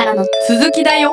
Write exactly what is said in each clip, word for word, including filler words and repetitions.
からの続きだよ。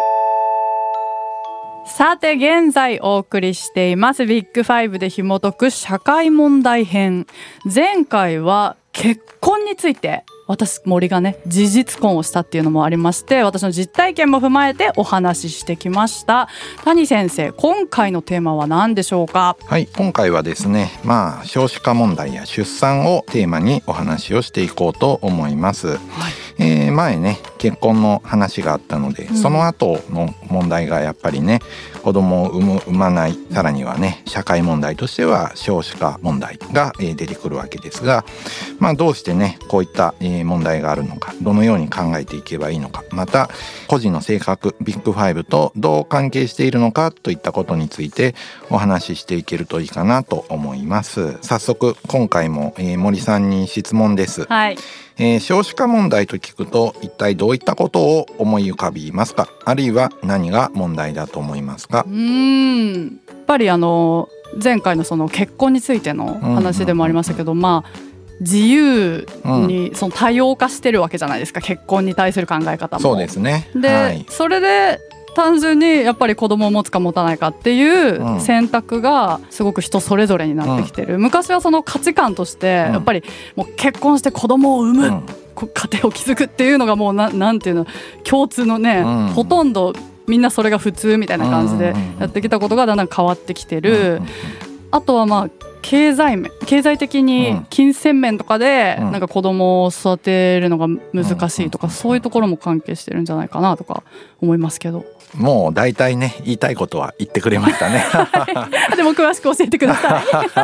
さて現在お送りしていますビッグファイブで紐解く社会問題編。前回は結婚について、私森がね事実婚をしたっていうのもありまして、私の実体験も踏まえてお話ししてきました。谷先生、今回のテーマは何でしょうか？ はい、今回はですね、まあ少子化問題や出産をテーマにお話をしていこうと思います。はい、えー、前ね結婚の話があったので、うん、その後の問題がやっぱりね、子供を産む産まない、さらにはね社会問題としては少子化問題が出てくるわけですが、まあどうしてねこういった問題があるのか、どのように考えていけばいいのか、また個人の性格ビッグファイブとどう関係しているのかといったことについてお話ししていけるといいかなと思います。早速今回も、えー、森さんに質問です。はい、えー、少子化問題と聞くと一体どういったことを思い浮かびますか？あるいは何が問題だと思いますか？ うーんやっぱりあの前回のその結婚についての話でもありましたけど、うんうんうん、まあ自由にその多様化してるわけじゃないですか、結婚に対する考え方も。 そうですね。 で、はい、それで単純にやっぱり子供を持つか持たないかっていう選択がすごく人それぞれになってきてる、うん、昔はその価値観としてやっぱりもう結婚して子供を産む、うん、家庭を築くっていうのがもう な, なんていうの共通のね、うん、ほとんどみんなそれが普通みたいな感じでやってきたことがだんだん変わってきてる、うんうんうん、あとはまあ経済面経済的に金銭面とかでなんか子供を育てるのが難しいとか、そういうところも関係してるんじゃないかなとか思いますけど。 もう大体ね言いたいことは言ってくれましたねでも詳しく教えてください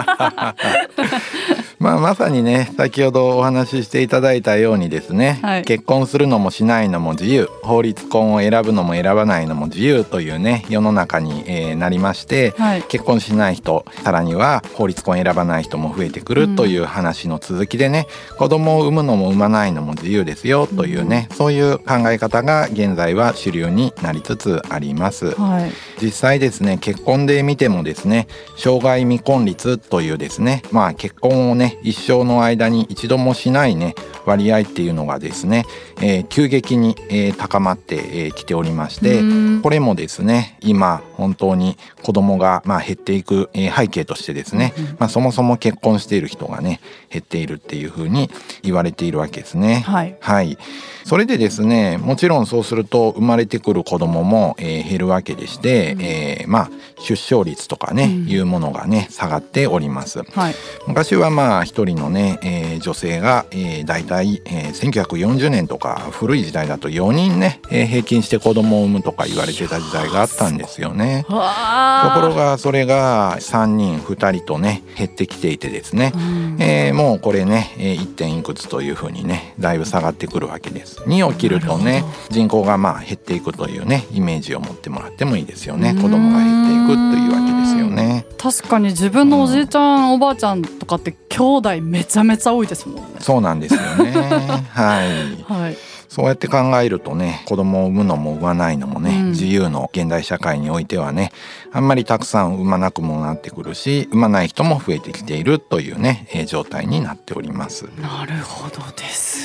まあ、まさにね先ほどお話ししていただいたようにですね、はい、結婚するのもしないのも自由、法律婚を選ぶのも選ばないのも自由というね世の中に、えー、なりまして、はい、結婚しない人、さらには法律婚を選ばない人も増えてくるという話の続きでね、うん、子供を産むのも産まないのも自由ですよというね、うん、そういう考え方が現在は主流になりつつあります。はい、実際ですね結婚で見てもですね、生涯未婚率というですね、まあ結婚をね一生の間に一度もしないね割合っていうのがですね、えー、急激に、えー、高まってき、えー、ておりまして、これもですね今本当に子供がまあ減っていく、えー、背景としてですね、うんうん、まあ、そもそも結婚している人がね減っているっていうふうに言われているわけですね。はい、はい、それでですねもちろんそうすると生まれてくる子供も、えー、減るわけでして、うん、えー、まあ出生率とかね、うん、いうものがね下がっております。はい、昔はまあ一人のね、えー、女性が、えー、大体、えー、せんきゅうひゃくよんじゅうねんとか古い時代だとよにんね、えー、平均して子供を産むとか言われてた時代があったんですよね。ところがそれがさんにんふたりとね減ってきていてですね、うん、えー、もうこれね いってんいくつというふうにねだいぶ下がってくるわけです。に起きるとね人口がまあ減っていくというねイメージを持ってもらってもいいですよね。子供が減っていくというわけですよね。 確かに自分のおじいちゃん、うん、おばあちゃんとかって兄弟めちゃめちゃ多いですもんね。 そうなんですよねはい、はい、そうやって考えるとね子供を産むのも産まないのもね、うん、自由の現代社会においてはねあんまりたくさん産まなくもなってくるし、産まない人も増えてきているというね、えー、状態になっております。 なるほどです。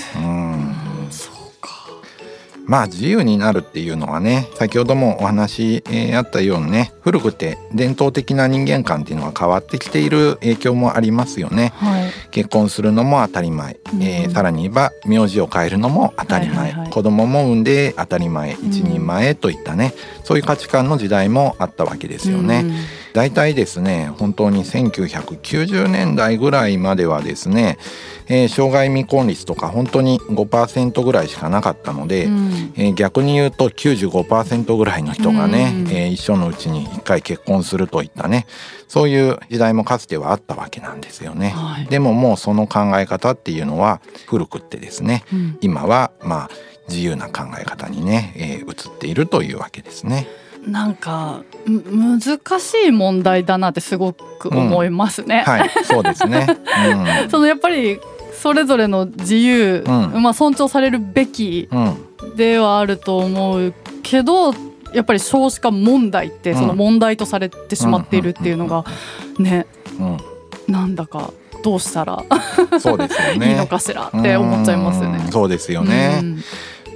うん、そうまあ自由になるっていうのはね先ほどもお話、えー、あったようにね古くて伝統的な人間観っていうのは変わってきている影響もありますよね。はい、結婚するのも当たり前、うん、えー、さらに言えば名字を変えるのも当たり前、はいはいはい、子供も産んで当たり前、一人前といったね、うん、そういう価値観の時代もあったわけですよね。うん、だいたいですね本当にせんきゅうひゃくきゅうじゅうねんだいぐらいまではですね、えー、生涯未婚率とか本当に ごパーセント ぐらいしかなかったので、うん、えー、逆に言うと きゅうじゅうごパーセント ぐらいの人がね、うん、えー、一生のうちにいっかい結婚するといったねそういう時代もかつてはあったわけなんですよね。はい、でももうその考え方っていうのは古くってですね、うん、今はまあ自由な考え方にね、えー、移っているというわけですね。 なんか難しい問題だなってすごく思いますね。 うん、はい、そうですね。 うん、そのやっぱりそれぞれの自由、うん、まあ、尊重されるべきではあると思うけど、やっぱり少子化問題ってその問題とされてしまっているっていうのがね、なんだかどうしたらそうですよ、ね、いいのかしらって思っちゃいますよね。 そうですよね。うん、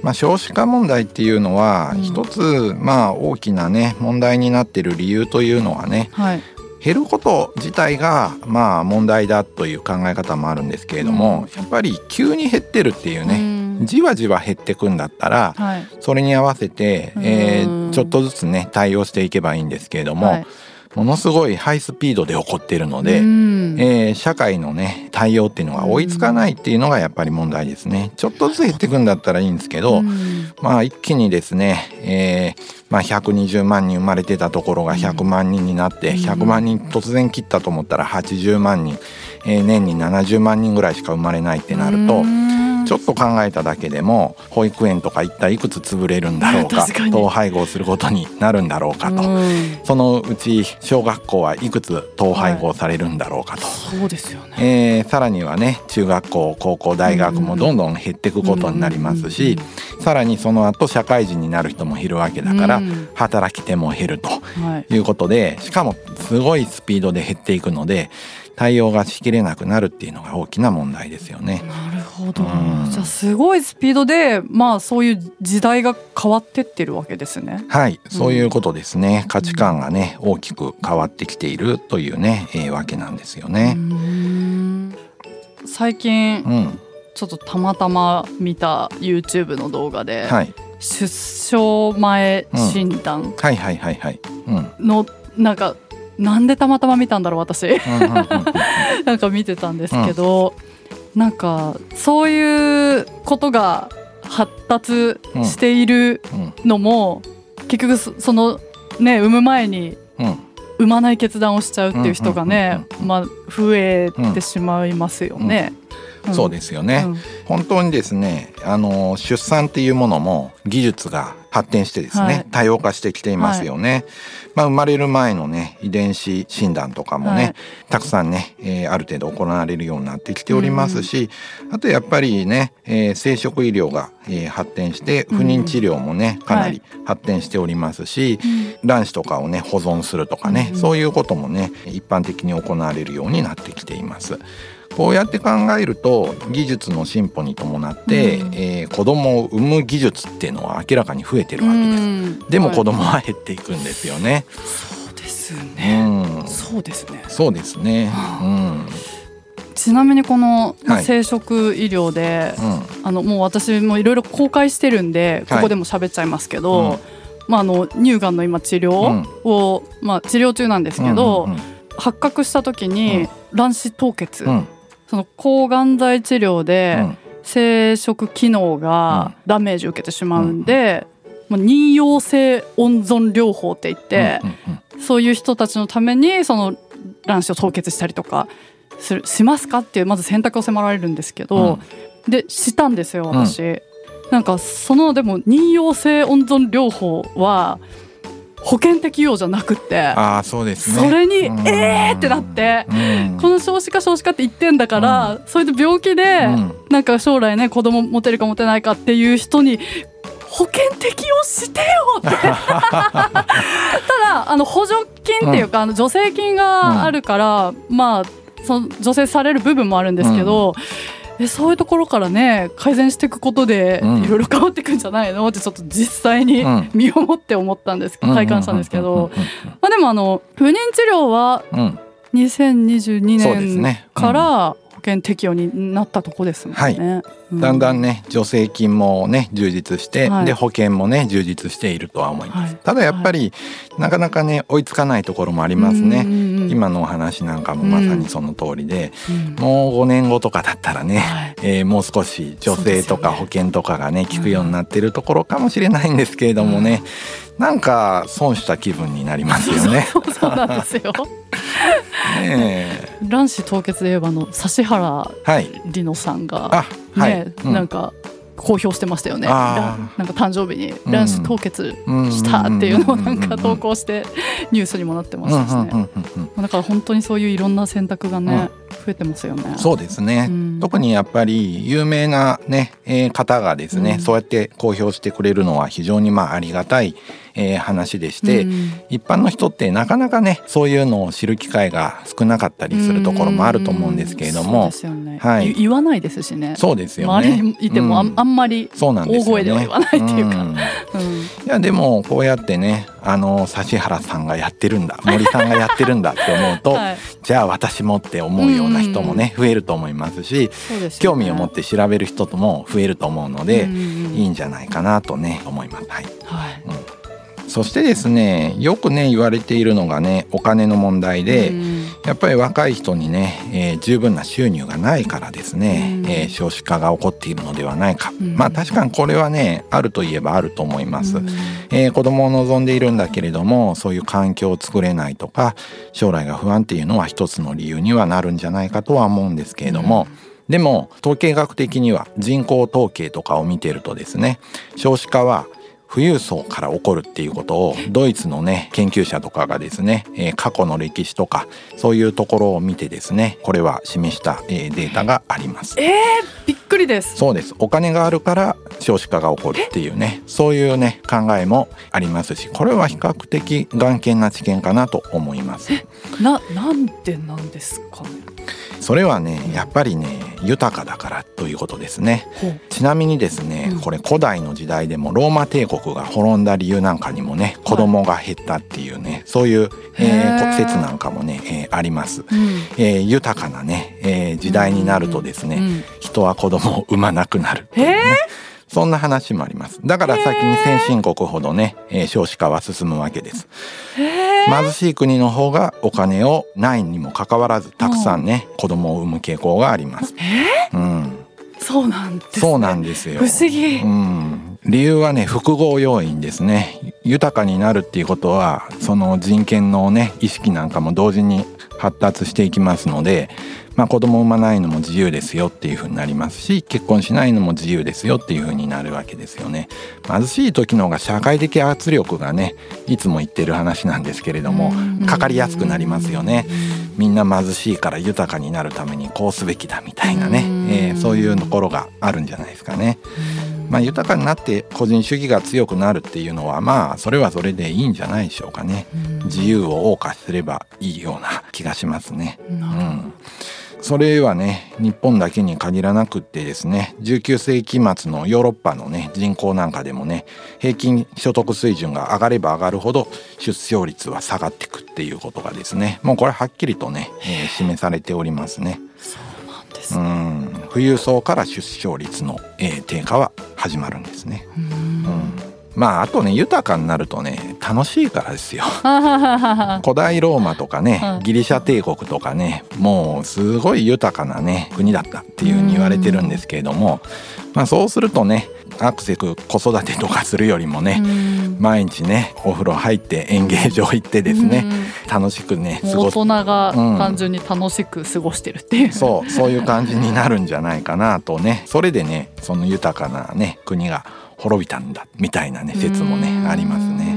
まあ、少子化問題っていうのは一つ、うん、まあ大きなね問題になっている理由というのはね、はい、減ること自体がまあ問題だという考え方もあるんですけれども、うん、やっぱり急に減ってるっていうね、うん、じわじわ減ってくんだったら、はい、それに合わせて、えー、ちょっとずつね対応していけばいいんですけれども、はい、ものすごいハイスピードで起こっているので、うんえー、社会のね対応っていうのが追いつかないっていうのがやっぱり問題ですね。ちょっとずつ減っていくんだったらいいんですけど、うん、まあ一気にですね、えーまあ、ひゃくにじゅうまんにん生まれてたところがひゃくまんにんになって、ひゃくまんにん突然切ったと思ったらはちじゅうまんにん、えー、年にななじゅうまんにんぐらいしか生まれないってなると、うんちょっと考えただけでも保育園とか一体いくつ潰れるんだろうか、統廃合することになるんだろうかと、そのうち小学校はいくつ統廃合されるんだろうかと、 はい、そうですよね、 えー、さらにはね中学校高校大学もどんどん減っていくことになりますし、さらにその後社会人になる人も減るわけだから、働き手も減るということで、しかもすごいスピードで減っていくので対応がしきれなくなるっていうのが大きな問題ですよね。 なるほど、うん、じゃあすごいスピードで、まあ、そういう時代が変わってってるわけですね。 はい、そういうことですね、うん、価値観がね大きく変わってきているというね、えー、わけなんですよね。うーん最近、うん、ちょっとたまたま見た YouTube の動画で、はい、出生前診断の、 はいはいはいはい、 なんかなんでたまたま見たんだろう私なんか見てたんですけど、うん、なんかそういうことが発達しているのも、うん、結局そのね産む前に産まない決断をしちゃうっていう人がね、まあ増えてしまいますよね。 うん、そうですよね、うん、本当にですねあの出産っていうものも技術が発展してですね、はい、多様化してきていますよね、はいまあ、生まれる前のね遺伝子診断とかもね、はい、たくさんね、えー、ある程度行われるようになってきておりますし、うん、あとやっぱりね、えー、生殖医療が、えー、発展して不妊治療もね、うん、かなり発展しておりますし、はい、卵子とかをね保存するとかね、うん、そういうこともね一般的に行われるようになってきています。こうやって考えると技術の進歩に伴って、うんえー、子供を産む技術っていうのは明らかに増えてるわけです、うん、でも子供は減っていくんですよね、 はい、そうですね、うん、そうですねそうですね、うん、 ちなみにこの、まあ、生殖医療で、はいうん、あのもう私もいろいろ公開してるんでここでも喋っちゃいますけど、はいうんまあ、あの乳がんの今治療を、うんまあ、治療中なんですけど、うんうんうん、発覚した時に卵子凍結、うんその抗がん剤治療で生殖機能がダメージを受けてしまうんで、うん、妊用性温存療法って言って、うんうん、そういう人たちのためにその卵子を凍結したりとかするしますかっていうまず選択を迫られるんですけど、うん、でしたんですよ私、うん、なんかそのでも妊用性温存療法は保険適用じゃなくてあそうですね、 それにえーってなってこの少子化少子化って言ってんだから、うん、それで病気で、うん、なんか将来ね子供持てるか持てないかっていう人に保険適用してよってただあの補助金っていうか、うん、あの助成金があるから、うん、まあその助成される部分もあるんですけど、うんえそういうところからね改善していくことでいろいろ変わっていくんじゃないのってちょっと実際に身をもって思ったんですけど、体感したんですけど、まあでもあの不妊治療はにせんにじゅうにねんから保険適用になったとこですもんね、はいうん、 だんだんね助成金もね充実して、はい、で保険もね充実しているとは思います、はい、ただやっぱり、はい、なかなかね追いつかないところもありますね、うんうんうん、今のお話なんかもまさにその通りで、うん、もうごねんごとかだったらね、はいえー、もう少し助成とか保険とかがね効くようになってるところかもしれないんですけれどもね、うん、なんか損した気分になりますよねそうそうそうなんですよねえ卵子凍結で言えばの指原莉乃さんが、はいねはいうん、なんか公表してましたよね。なんか誕生日に卵子凍結したっていうのをなんか投稿してニュースにもなってましたしね。だから本当にそういういろんな選択がね、 増えてますよね。 そうですね、うん、特にやっぱり有名な、ねえー、方がですね、うん、そうやって公表してくれるのは非常にまあありがたい、えー、話でして、うん、一般の人ってなかなかねそういうのを知る機会が少なかったりするところもあると思うんですけれども、 そうですよね、はい、言わないですしね。 そうですよね、 周りにいても あ,、うん、あんまり大声では言わないっていうか、うんうん、いやでもこうやってねあの指原さんがやってるんだ森さんがやってるんだって思うと、はい、じゃあ私もって思うような人もね、うん、増えると思いますし、そうですよね、興味を持って調べる人とも増えると思うので、うん、いいんじゃないかなとね思います。はい、はい、うん、そしてですねよくね言われているのがねお金の問題で、うん、やっぱり若い人にね、えー、十分な収入がないからですね、うん、えー、少子化が起こっているのではないか、うん、まあ確かにこれはねあるといえばあると思います、うん、えー、子供を望んでいるんだけれどもそういう環境を作れないとか将来が不安っていうのは一つの理由にはなるんじゃないかとは思うんですけれども、うん、でも統計学的には人口統計とかを見てるとですね少子化は富裕層から起こるっていうことをドイツのね研究者とかがですね、えー、過去の歴史とかそういうところを見てですねこれは示した、えー、データがあります。 えー、びっくりです。 そうです。お金があるから少子化が起こるっていうねそういうね考えもありますしこれは比較的頑健な知見かなと思います。 な, なんでなんですかね。 それはねやっぱりね豊かだからということですね。ちなみにですね、うん、これ古代の時代でもローマ帝国が滅んだ理由なんかにもね子供が減ったっていうね、はい、そういう、えー、説なんかもね、えー、あります、うん、えー、豊かなね、えー、時代になるとですね、うんうん、人は子供を産まなくなるというね、そんな話もあります。だから先に先進国ほどね、えー、少子化は進むわけです。貧しい国の方がお金をないにもかかわらずたくさんね、うん、子供を産む傾向があります。うん、 そうなんですね。 そうなんですよ。 不思議。 うん、理由はね複合要因ですね。豊かになるっていうことはその人権のね意識なんかも同時に発達していきますので、まあ、子供を産まないのも自由ですよっていう風になりますし結婚しないのも自由ですよっていう風になるわけですよね。貧しい時の方が社会的圧力がねいつも言ってる話なんですけれどもかかりやすくなりますよね。みんな貧しいから豊かになるためにこうすべきだみたいなね、えー、そういうところがあるんじゃないですかね。まあ、豊かになって個人主義が強くなるっていうのはまあそれはそれでいいんじゃないでしょうかね。自由を謳歌すればいいような気がしますね。うん、それはね日本だけに限らなくってですねじゅうきゅう世紀末のヨーロッパのね人口なんかでもね平均所得水準が上がれば上がるほど出生率は下がっていくっていうことがですねもうこれはっきりとね、えー、示されておりますね。 そうなんですね。 うん、富裕層から出生率の、えー、低下は始まるんですね。うん、うん、まああとね豊かになるとね楽しいからですよ。古代ローマとかねギリシャ帝国とかねもうすごい豊かなね国だったっていう風に言われてるんですけれども、まあそうするとねアクセク子育てとかするよりもね毎日ねお風呂入って演芸場行ってですね楽しくね過ごす。 大人が単純に楽しく過ごしてるっていう、うん、 そうそういう感じになるんじゃないかなとねそれでねその豊かなね国が滅びたんだみたいなね説もねありますね。うん、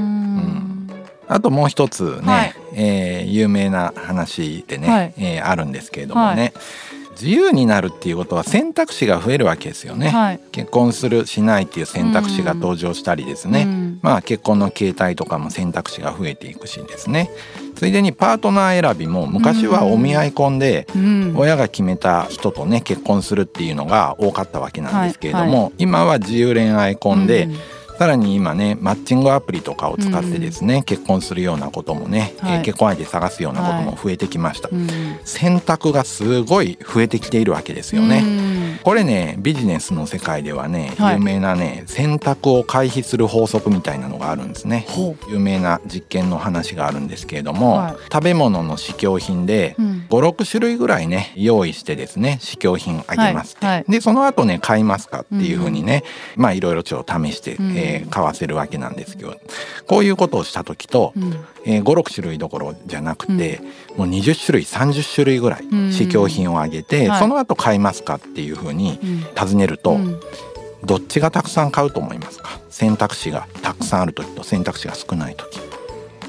あともう一つね、はい、えー、有名な話でね、はい、えー、あるんですけれどもね、はい、自由になるっていうことは選択肢が増えるわけですよね。はい、結婚するしないっていう選択肢が登場したりですね、うん、まあ結婚の形態とかも選択肢が増えていくしですねついでにパートナー選びも昔はお見合い婚で親が決めた人とね結婚するっていうのが多かったわけなんですけれども、はいはい、今は自由恋愛婚で、うん、さらに今ねマッチングアプリとかを使ってですね、うん、結婚するようなこともね、はい、えー、結婚相手探すようなことも増えてきました、はい、うん、選択がすごい増えてきているわけですよね、うん、これねビジネスの世界ではね、はい、有名なね選択を回避する法則みたいなのがあるんですね。有名な実験の話があるんですけれども、はい、食べ物の試供品でご、ろく種類ぐらいね用意してですね試供品あげますって、はいはい、でその後ね買いますかっていうふうにね、うん、まあいろいろちょっと試して、うん、えー、買わせるわけなんですけどこういうことをした時と、うん、えー、ご、ろく種類どころじゃなくて、うん、もうにじゅっ種類さんじゅっ種類ぐらい試供品をあげて、うん、その後買いますかっていうふうに尋ねると、うん、どっちがたくさん買うと思いますか？選択肢がたくさんある時と選択肢が少ない時。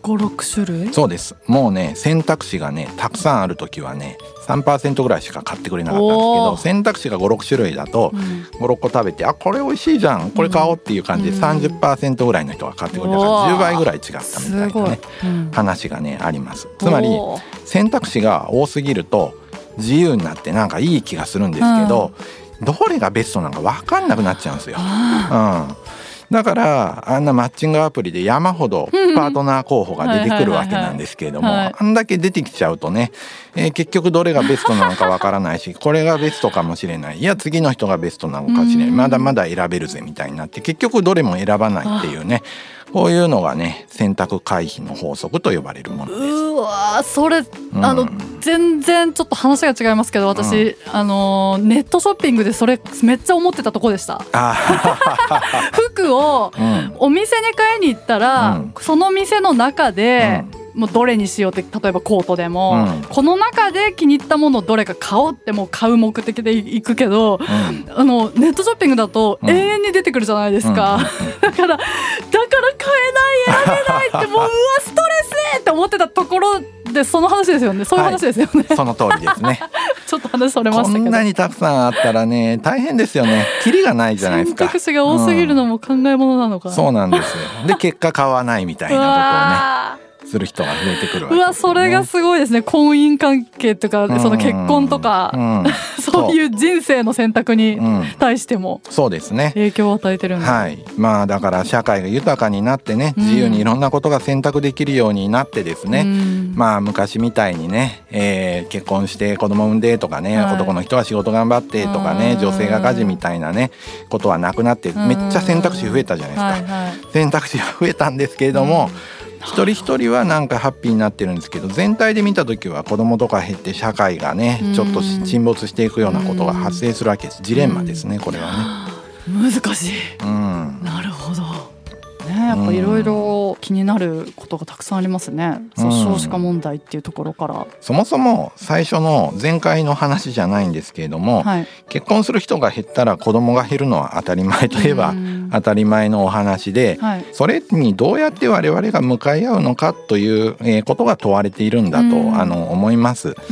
ご、ろく種類。 そうです。もうね選択肢がねたくさんある時はね さんパーセント ぐらいしか買ってくれなかったんですけど、選択肢がご、ろく種類だとご、ろっこ食べて、あこれ美味しいじゃんこれ買おうっていう感じで さんじゅっパーセント ぐらいの人が買ってくれたからじゅうばいぐらい違ったみたいなね、うん、話がねあります。つまり選択肢が多すぎると自由になってなんかいい気がするんですけど、うん、どれがベストなのか分かんなくなっちゃうんですよ。うんだからあんなマッチングアプリで山ほどパートナー候補が出てくるわけなんですけれども、あんだけ出てきちゃうとね、えー、結局どれがベストなのかわからないしこれがベストかもしれない、いや次の人がベストなのかもしれない、まだまだ選べるぜみたいになって結局どれも選ばないっていうね、こういうのがね選択回避の法則と呼ばれるものです。 うわそれ、うん、あの全然ちょっと話が違いますけど私、うん、あのネットショッピングでそれめっちゃ思ってたとこでした。服をお店に買いに行ったら、うん、その店の中で、うん、もうどれにしようって例えばコートでも、うん、この中で気に入ったものをどれか買おうってもう買う目的で行くけど、うん、あのネットショッピングだと永遠に出てくるじゃないですか、うん、だからだから買えない選べないってもううわストレスって思ってたところでその話ですよね。そういう話ですよね、 はい、その通りですね。 ちょっと話それましたけどこんなにたくさんあったらね大変ですよね。キリがないじゃないですか。 選択肢が多すぎるのも考えものなのかな、 うん、そうなんですよ。で結果買わないみたいなことをねする人が増えてくるわけですよね。 うわそれがすごいですね。婚姻関係とか、うん、その結婚とか、うん、そういう人生の選択に対しても、うん、そうですね影響を与えてるんだ、 はい、まあだから社会が豊かになってね自由にいろんなことが選択できるようになってですね、うん、まあ昔みたいにね、えー、結婚して子供産んでとかね、はい、男の人は仕事頑張ってとかね女性が家事みたいなねことはなくなってめっちゃ選択肢増えたじゃないですか、はいはい、選択肢が増えたんですけれども、うん一人一人はなんかハッピーになってるんですけど全体で見た時は子供とか減って社会がねちょっと沈没していくようなことが発生するわけです。ジレンマですねこれはね。 難しい、うん、なるほどね。やっぱいろいろ気になることがたくさんありますね、うん、そう少子化問題っていうところから。 そもそも最初の前回の話じゃないんですけれども、はい、結婚する人が減ったら子供が減るのは当たり前といえば当たり前のお話で、はい、それにどうやって我々が向かい合うのかということが問われているんだと、うん、あの思います、うん、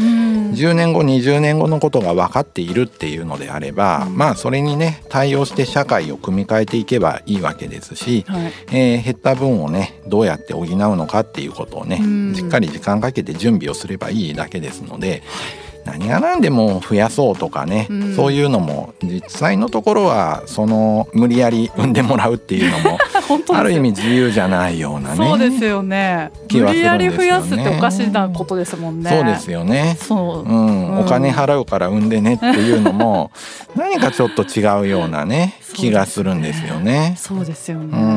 じゅうねんごにじゅうねんごのことが分かっているっていうのであれば、うん、まあそれにね対応して社会を組み替えていけばいいわけですし、はいえー、減った分をねどうやって補うのかっていうことをね、うん、しっかり時間かけて準備をすればいいだけですので、何が何でも増やそうとかね、うん、そういうのも実際のところはその無理やり産んでもらうっていうのもある意味自由じゃないようなね。 そうですよね。無理やり増やすっておかしなことですもんね。 そうですよね。そう、うんうん、お金払うから産んでねっていうのも何かちょっと違うようなね気がするんですよね。 そうですよね、うん、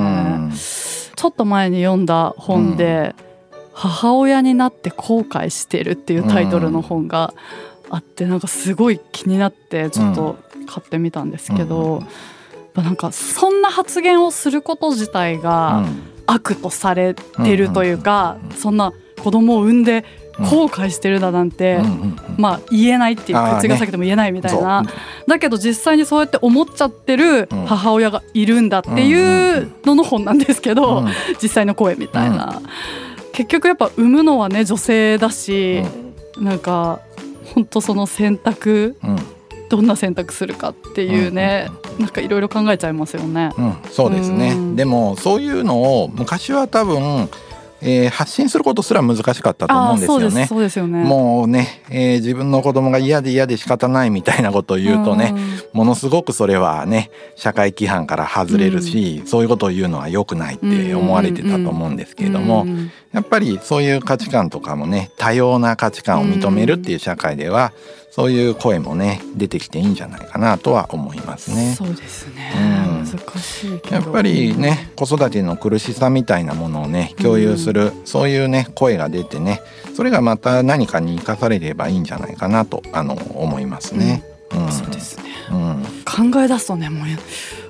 ちょっと前に読んだ本で、うん母親になって後悔してるっていうタイトルの本があって、うん、なんかすごい気になってちょっと買ってみたんですけど、うん、なんかそんな発言をすること自体が悪とされてるというか、そんな子供を産んで後悔してるだなんて、うん、まあ言えないっていう口が裂けても言えないみたいな、ね、だけど実際にそうやって思っちゃってる母親がいるんだっていうのの本なんですけど、うん、実際の声みたいな、うん結局やっぱ産むのはね女性だし、うん、なんか本当その選択、うん、どんな選択するかっていうね、うんうん、なんかいろいろ考えちゃいますよね、 うん、そうですね、うん、でもそういうのを昔は多分えー、発信することすら難しかったと思うんですよね。 そうです、そうですよね。 もうね、えー、自分の子供が嫌で嫌で仕方ないみたいなことを言うとね、ものすごくそれはね社会規範から外れるし、うん、そういうことを言うのは良くないって思われてたと思うんですけれども、うんうんうん、やっぱりそういう価値観とかもね多様な価値観を認めるっていう社会では、うん、そういう声もね出てきていいんじゃないかなとは思いますね。 そうですね、うん、難しいけどやっぱりね子育ての苦しさみたいなものをね共有する、うん、そういうね声が出てねそれがまた何かに生かされればいいんじゃないかなとあの思いますね、 うんうん、そうですね、うん、考え出すとねもうめっ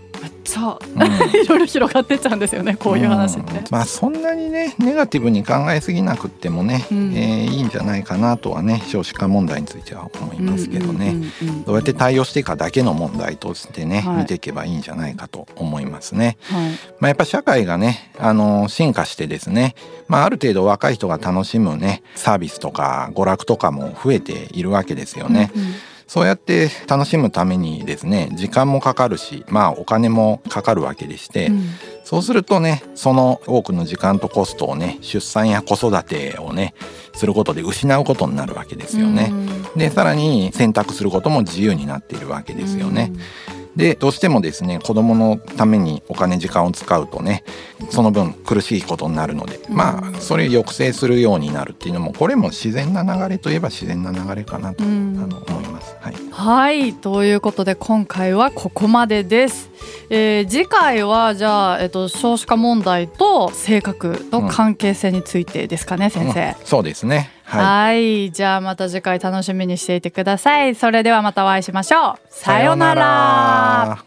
そう、うん、いろいろ広がってっちゃうんですよね、こういう話って、うん、 まあそんなにねネガティブに考えすぎなくってもね、うん、えー、いいんじゃないかなとはね、少子化問題については思いますけどね、どうやって対応していくかだけの問題としてね、はい、見ていけばいいんじゃないかと思いますね、はい。まあ、やっぱ社会がね、あの進化してですね、まあ、ある程度若い人が楽しむねサービスとか娯楽とかも増えているわけですよね、うんうん。そうやって楽しむためにですね、時間もかかるし、まあお金もかかるわけでして、うん、そうするとね、その多くの時間とコストをね、出産や子育てをねすることで失うことになるわけですよね、うん、でさらに選択することも自由になっているわけですよね、うん。でどうしてもですね、子供のためにお金時間を使うとね、その分苦しいことになるので、まあそれを抑制するようになるっていうのも、これも自然な流れといえば自然な流れかなと、うん、あの思います。はい、 はい、ということで今回はここまでです、えー、次回はじゃあ、えっと、少子化問題と性格の関係性についてですかね、うん、先生、 うん、そうですね。はい、 はい、じゃあまた次回楽しみにしていてください。それではまたお会いしましょう。さようなら。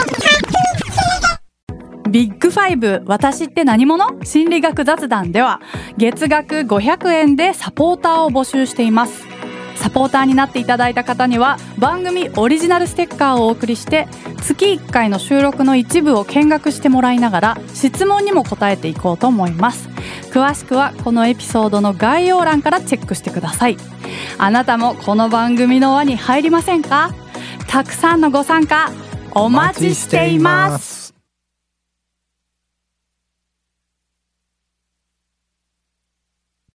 ビッグファイブ、私って何者？心理学雑談では月額ごひゃくえんでサポーターを募集しています。サポーターになっていただいた方には番組オリジナルステッカーをお送りして、月いっかいの収録の一部を見学してもらいながら質問にも答えていこうと思います。詳しくはこのエピソードの概要欄からチェックしてください。あなたもこの番組の輪に入りませんか？たくさんのご参加お待ちしています。